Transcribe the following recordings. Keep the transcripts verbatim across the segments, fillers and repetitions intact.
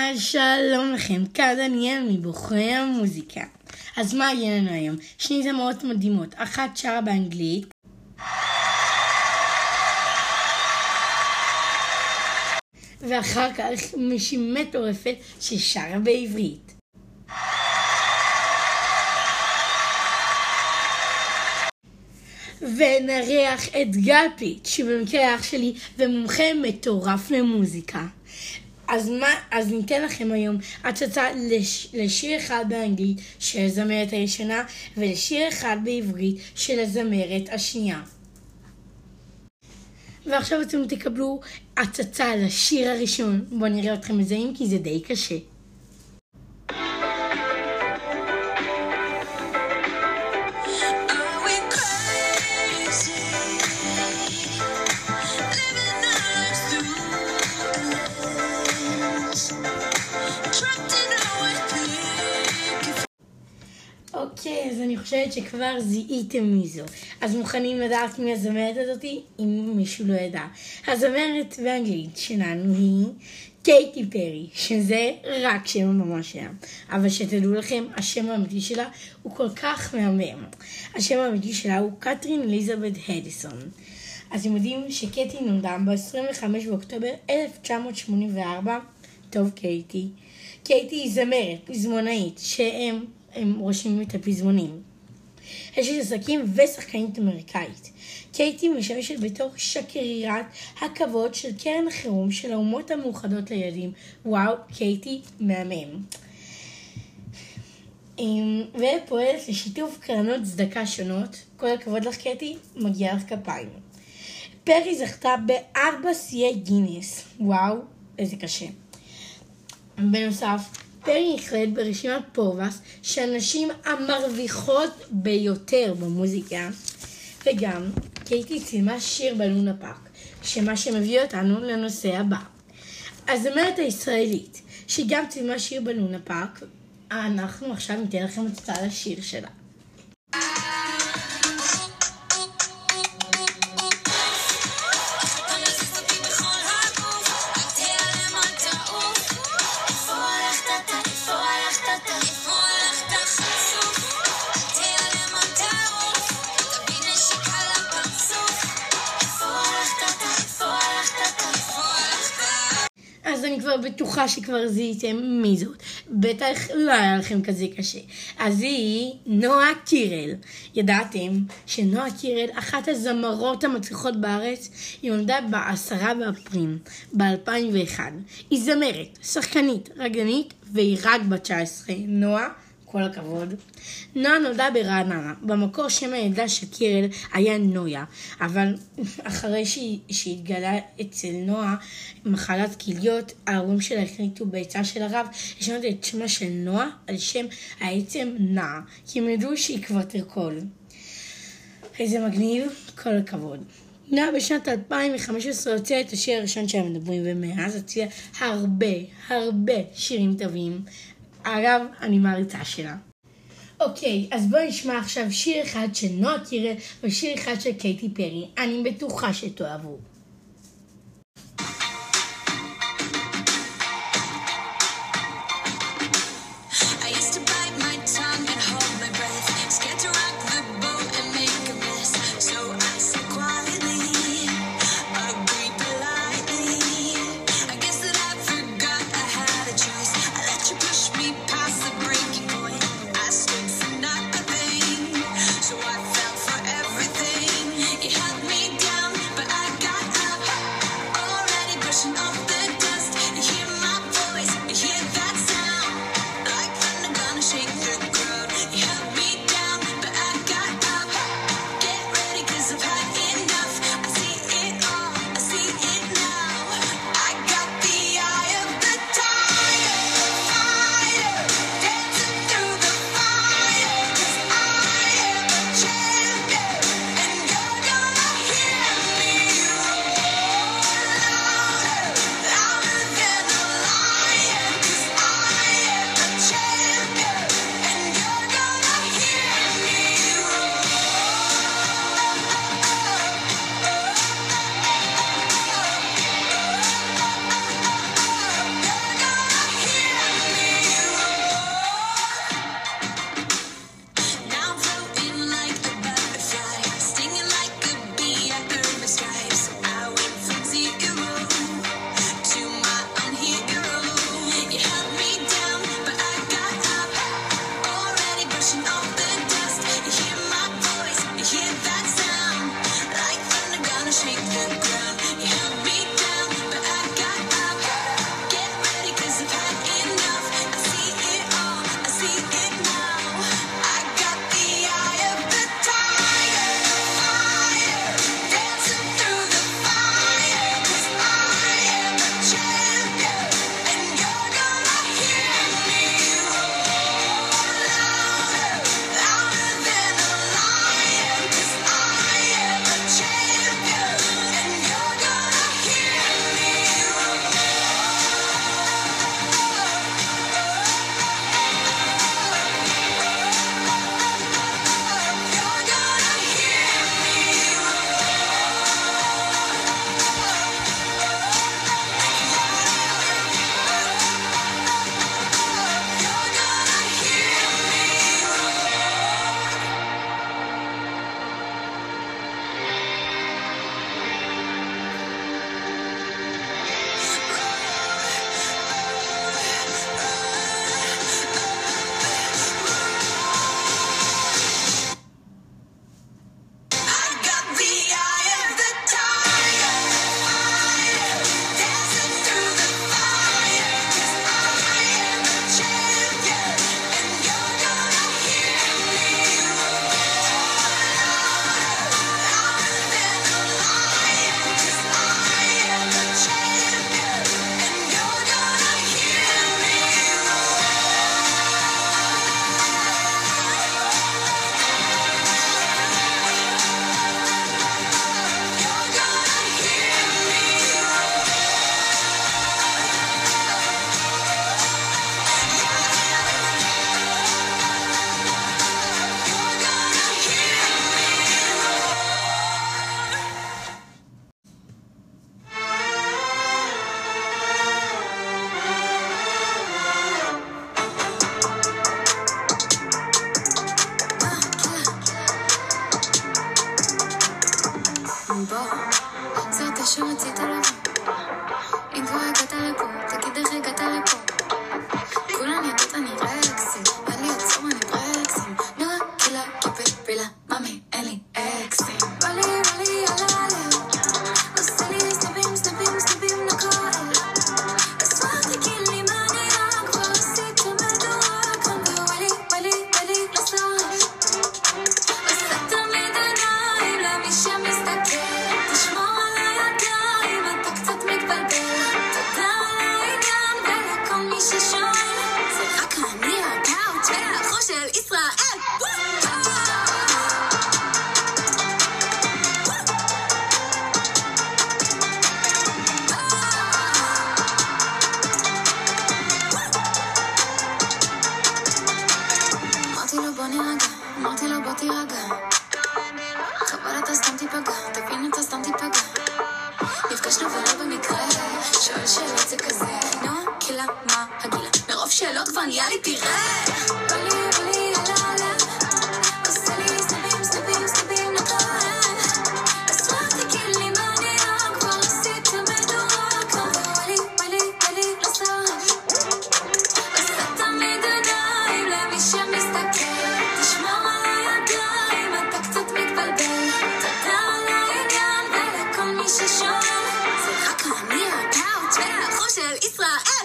אז שלום לכם, כאן דניאל מבוחרי המוזיקה. אז מה יהיה לנו היום? שני זמרות מדהימות, אחת שרה באנגלית ואחר כך מישהי מטורפת ששרה בעברית. ונריח את גל פיט, שבמקרה אח שלי ומומחה מטורף למוזיקה. אז מה, אז ניתן לכם היום הצצה לש, לשיר אחד באנגלית של הזמרת הראשונה ולשיר אחד בעברית של הזמרת השנייה. ועכשיו אתם תקבלו הצצה לשיר הראשון. בואו נראה אתכם מזהים כי זה די קשה. אוקיי, אז אני חושבת שכבר זיהיתם מי זו. אז מוכנים לדעת מי הזמרת הזאת? אם מישהו לא ידע. הזמרת באנגלית שלנו היא קייטי פרי, שזה רק שם ממש שם. אבל שתדעו לכם, השם האמיתי שלה הוא כל כך מהמם. השם האמיתי שלה הוא קתרין אליזבת הדיסון. אז אתם יודעים שקייטי נולדה ב-עשרים וחמישה באוקטובר אלף תשע מאות שמונים וארבע. טוב, קייטי. קייטי היא זמרת, פזמונאית, שהם הם רושמים את הפזמונים. יש עסקים ושחקנית אמריקאית. קייטי משמשת בתור שגרירת הכבוד של קרן החירום של האומות המאוחדות לילדים. וואו, קייטי מהמם. ופועלת לשיתוף קרנות צדקה שונות. כל הכבוד לך קייטי, מגיע לך כפיים. פרי זכתה בארבע שיאי גינס. וואו, איזה קשה. בנוסף, פרי נכללת ברשימת פורבס שהנשים המרוויחות ביותר במוזיקה. וגם קייטי צילמה שיר בלונה פארק, שמה שמביא אותנו לנושא הבא. הזמרת הישראלית שגם צילמה שיר בלונה פארק, אנחנו עכשיו ניתן לכם הצצה לשיר שלה. אז אני כבר בטוחה שכבר זיהיתם מי זאת. בטח לא היה לכם כזה קשה. אז היא נועה קירל. ידעתם שנועה קירל, אחת הזמרות המצליחות בארץ, היא נולדה בעשרה באפריל ב-אלפיים ואחת. היא זמרת, שחקנית, רגלנית, והיא רק בת תשע עשרה. נועה, כל הכבוד. נועה נולדה ברעננה. במקור שם הילדה של קירל היה נויה, אבל אחרי שהתגלה אצל נועה מחלת כליות, ההורים שלה החליטו בעצה של הרב לשנות את שמה של נועה על שם העצם נעה, כי הם ידעו שהיא כבר תרקול. איזה מגניב, כל הכבוד. נועה בשנת אלפיים וחמש עשרה הוציאה את השיר הראשון שהם מדברים, ומאז הוציאה הרבה הרבה שירים טובים. אגב, אני מעריצה שלה. אוקיי, אז בואו נשמע עכשיו שיר אחד של נועה קירל ושיר אחד של קייטי פרי. אני בטוחה שתאהבו. So I fell for everything. You held me down, but I got מאמי, אין לי אקסים. בא לי, בא לי על הלב, עושה לי סנפים, סנפים, סנפים נקרא. אשמח תגיד לי מה נראה, כבר עשית מדורג. אמרו לי, בא לי, בא לי לסוף. עושה תמיד עיניים למי שמסתכל. תשמור על הידיים, אתה קצת מתבלבל. תודה על העניין ולכל מי ששואל. זה רק אני הקאוץ' והחוש של ישראל. אמרתי לו בוא נירגע, אמרתי לו בוא תירגע. חבל אתה סתם תיפגע, תבין אתה סתם תיפגע. נפגשנו ולא במקרה, שואל שאלות זה כזה. נו, קילה, מה הגילה? מרוב שאלות כבר נהיה לי פירה. בא לי, בא לי על הלב, עושה לי סנפים, סנפים, סנפים נקרא. אשמח תגיד לי מה נראה, כבר עשית מדורג. אמרו לי, בא לי, בא לי לסוף. עושה תמיד עיניים למי שמסתכל. תשמור על הידיים, אתה קצת מתבלבל. תודה על העניין ולכל מי ששואל. זה רק אני הקאוץ' והחוש של ישראל.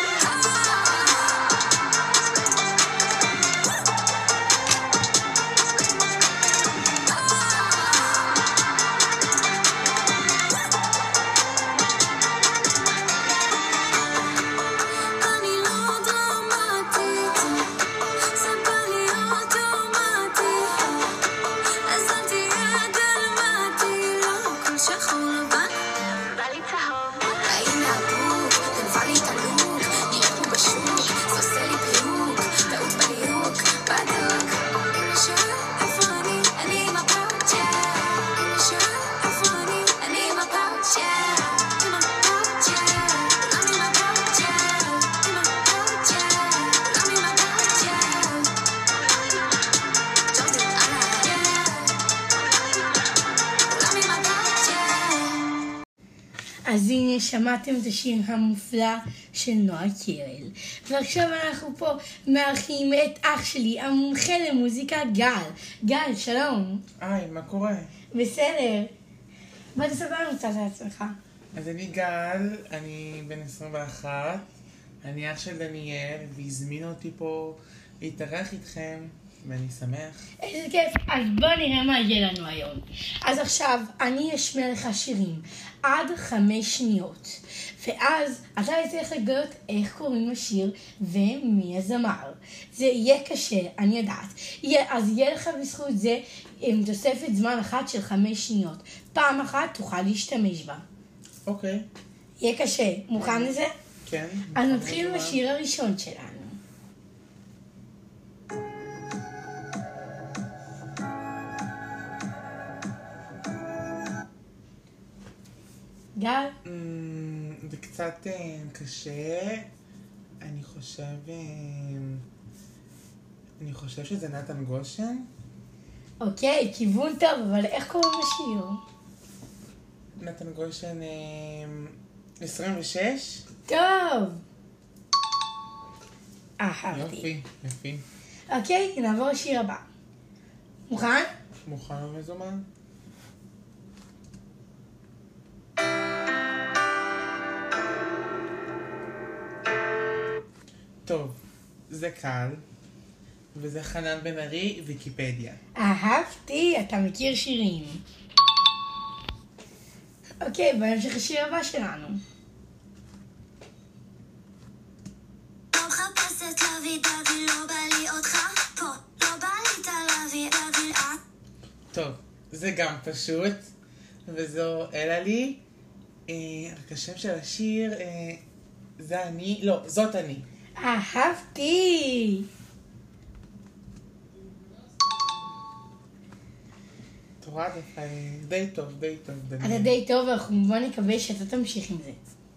אני לא דרמטית, זה בא לי אוטומטי. אז אל תהיה דלמטי, לא הכל שחור לבן. בא לי צהוב. האם מהבוק, גנבה לי את הלוק. נראית כמו בשוק, זה עושה לי פיוק. טעות בליוק, בדוק. אם נשאר איפה אני, אני עם הפאוצ'ה. אם נשאר איפה אני, אני עם הפאוצ'ה. עם הפאוצ'ה, גם עם הפאוצ'ה. עם הפאוצ'ה, גם עם הפאוצ'ה. ג'ורדן עליי, גם עם הפאוצ'ה. אז הנה שמעתם את השיר המופלא של נועה קירל. ועכשיו אנחנו פה מארחים את אח שלי, המומחה למוזיקה, גל. גל, שלום. היי, מה קורה? בסדר. בוא תספר לנו קצת על עצמך. אז אני גל, אני בן עשרים ואחת, אני אח של דניאל, והזמינו אותי פה להתארח איתכם, ואני שמח. איזה כיף. אז בוא נראה מה יהיה לנו היום. אז עכשיו אני אשמיע לך שירים עד חמש שניות. ואז אתה צריך לגלות איך קוראים לשיר ומי הזמר. זה יהיה קשה, אני יודעת. יהיה, אז יהיה לך בזכות זה עם תוספת זמן אחת של חמש שניות. פעם אחת תוכל להשתמש בה. אוקיי. יהיה קשה. מוכן לזה? כן. אז נתחיל בשיר הראשון שלנו. גל? אמ, זה קצת אה, קשה, אני חושב, אה, אני חושב שזה נתן גושן. אוקיי, כיוון טוב, אבל איך קוראים לשיר? נתן גושן אה, עשרים ושש. טוב. אהבתי. יופי, יופי. אוקיי, נעבור לשיר הבא. מוכן? מוכן ומזומן? טוב, זה קל, וזה חנן בן ארי, ויקיפדיה. אהבתי, אתה מכיר שירים. אוקיי, בוא נמשיך לשיר הבא שלנו. לא מחפשת להביא דבי, לא בא לי אותך פה, לא בא לי תלוי, להביא את. טוב, זה גם פשוט, וזו אלעלי. אה, רק השם של השיר, אה, זה אני, לא, זאת אני. אהבתי. תורה דווקא, אה, די טוב, די טוב. אתה די טוב, אנחנו בוא נקווה שאתה תמשיך עם זה.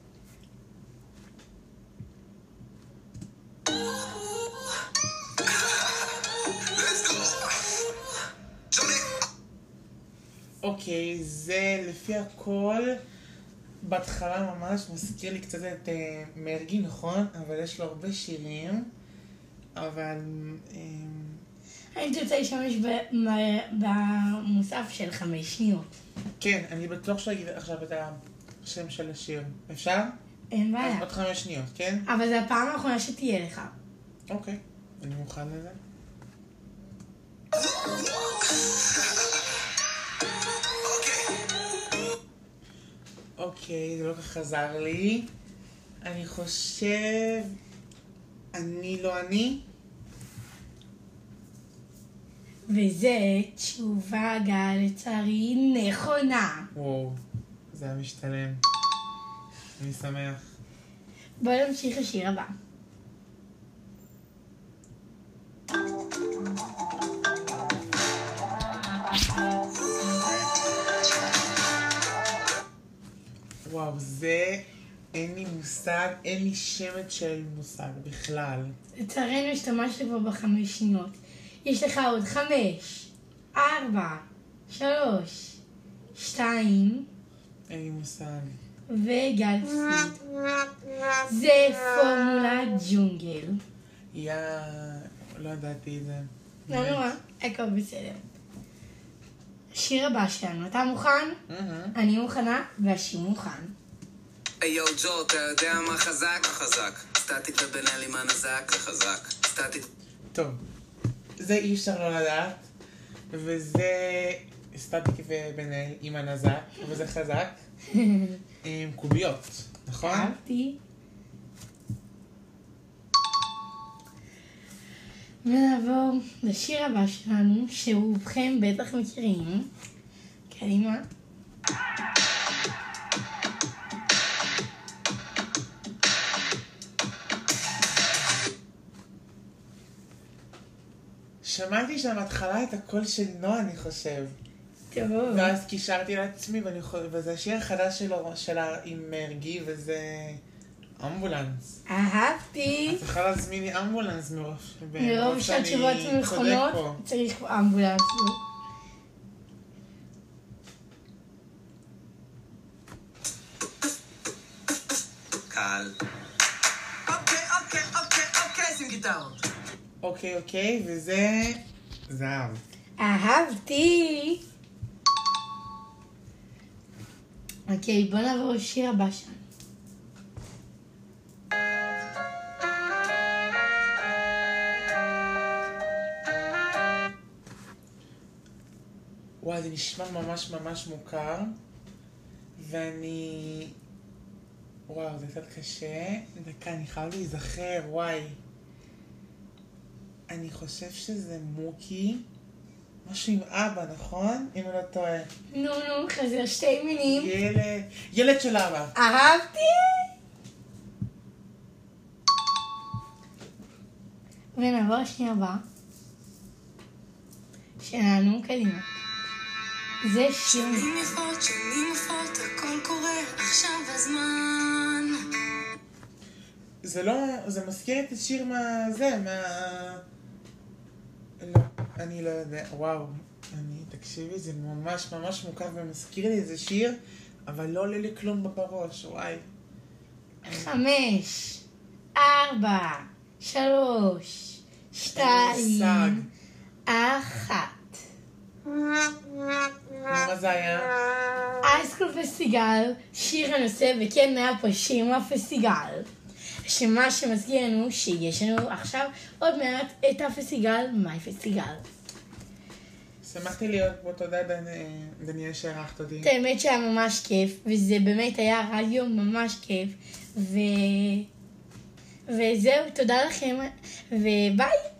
אוקיי, זה לפי הכל, בהתחלה ממש מזכיר לי קצת את uh, מרגי, נכון? אבל יש לו הרבה שירים, אבל... Um, האם תרצה להשתמש ב- ב- במוסף של חמש שניות? כן, אני בטוח שאגיד עכשיו את השם של השיר. אפשר? אין אז בעיה. עוד חמש שניות, כן? אבל זו הפעם האחרונה שתהיה לך. אוקיי, אני מוכן לזה. אוקיי, זה לא כך חזר לי. אני חושב... אני לא אני. וזה תשובה, גל, לצערי, נכונה. וואו, זה היה משתלם. אני שמח. בואו נמשיך לשיר הבא. וואו, זה... אין לי מושג, אין לי שמץ של מושג בכלל. לצערנו השתמשת כבר בחמש שניות. יש לך עוד חמש, ארבע, שלוש, שתיים, אין לי מושג. וגל פסיד. זה פורמולה ג'ונגל. יא... לא ידעתי את זה. לא נורא, הכל בסדר. השיר הבא שלנו, אתה מוכן? מהמם. אני מוכנה, והשיר מוכן. היי יו ג'ו, אתה יודע מה חזק? חזק. סטטיק ובן אלי מה נזק? חזק. סטטיק... טוב, זה אי אפשר לא לדעת, וזה סטטיק ובן אל עם הנזק, וזה חזק, עם קוביות, נכון? אהבתי. ונעבור לשיר הבא שלנו, שרובכם בטח מכירים. קדימה. שמעתי שם בהתחלה את הקול של נועה, אני חושב. טוב. ואז קישרתי לעצמי, ואני חושב, וזה השיר החדש שלו, שלה עם מרגי, וזה אמבולנס. אהבתי. את צריכה להזמין לי אמבולנס מרוב מרוב שאני שהתשובות צודק נכונות, פה. צריך אמבולנס. קל. אוקיי, אוקיי, אוקיי, אוקיי, שים גיטרות. אוקיי, אוקיי, וזה זהב. אהבתי. אוקיי, בוא נעבור לשיר הבא שלנו. וואי, זה נשמע ממש ממש מוכר, ואני... וואו, זה קצת קשה. דקה, אני חייב להיזכר, וואי. אני חושב שזה מוקי. משהו עם אבא, נכון? אם אני לא טועה. נו נו, חזר שתי מינים. ילד... ילד של אבא. אהבתי. ונעבור לשיר הבא. שלנו, קדימה. זה שיר... שנים יפות, שנים יפות, הכל קורה, עכשיו הזמן. זה לא... זה מזכיר את השיר מה... זה, מה... לא, אני לא יודע. וואו. אני... תקשיבי, זה ממש ממש מוכר ומזכיר לי איזה שיר, אבל לא עולה לי כלום בראש, וואי. חמש, ארבע, שלוש, שתיים, אחת. מה זה היה? אייסקול פסטיגל, שיר הנושא, וכן היה פה שיר מהפסטיגל. שמה שמזכיר לנו שיש לנו עכשיו עוד מעט את הפסטיגל, מהי פסטיגל. שמחתי להיות פה, תודה דנ... דניאל שערכת אותי. את האמת שהיה ממש כיף, וזה באמת היה רדיו ממש כיף, ו... וזהו, תודה לכם, וביי.